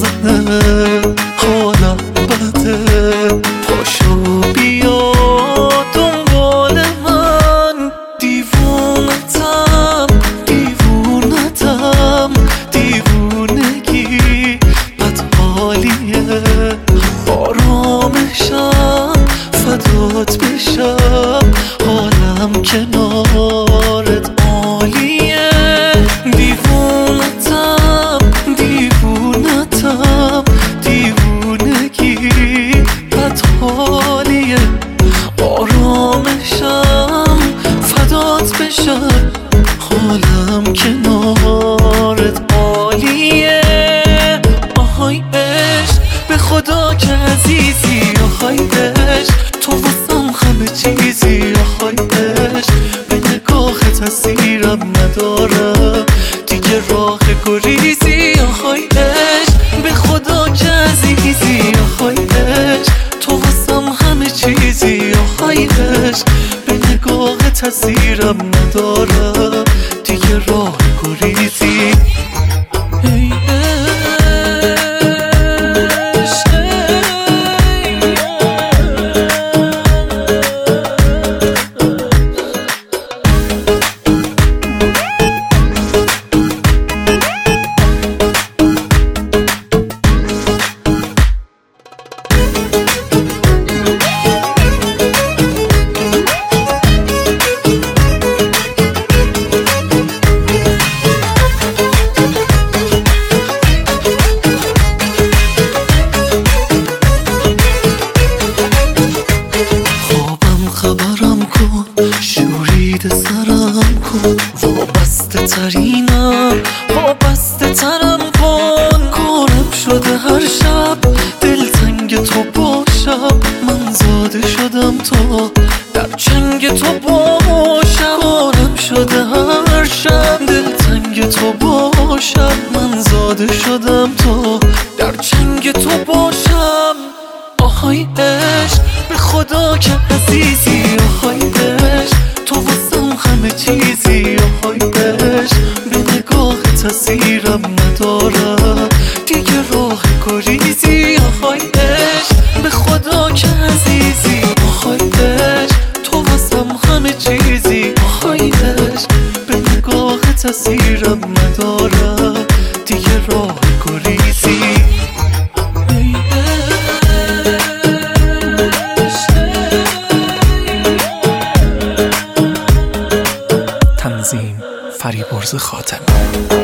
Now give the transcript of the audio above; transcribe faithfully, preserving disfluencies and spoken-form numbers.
میزنه، حالا بده، پاشو بیا دنبال من. دیوونتم دیوونتم دیوونگی بد حالیه، آرامشم فدات بشم، حالم کنارت عالیه. دیوونتم دیوونتم دیوونگی بد حالیه، آرامشم فدات بشم، حالم کنارت عالیه. آهای عشق به خدا که عزیزی، آهای عشق تو واسم همه چیزی، آهای عشق به نگاهت تاثیرم نداره دیگه راه گریزی، آهای عشق به خدا که عزیزی، آهای عشق تو واسم همه چیزی، آهای عشق به نگاهت تاثیرم نداره دیگه راه گریزی. ای خبرم کن، شورید سرم کن، وابسته ترینم وابسته ترم کن. کارم شده هر شب دلتنگ تو باشم، من زاده شدم تا در چنگ تو باشم. کارم شده هر شب دلتنگ تو باشم، من زاده شدم تا در چنگ تو باشم. آهای عشق به خدا که عزیزی، آهای عشق تو واسم همه چیزی، آهای عشق به نگاه تاثیرم نداره دیگه راه گریزی، آهای عشق به خدا که عزیزی، آهای عشق تو واسم همه چیزی، آهای عشق به نگاه تاثیرم نداره دیگه راه گریزی. تنظیم فریبرز خاتمی.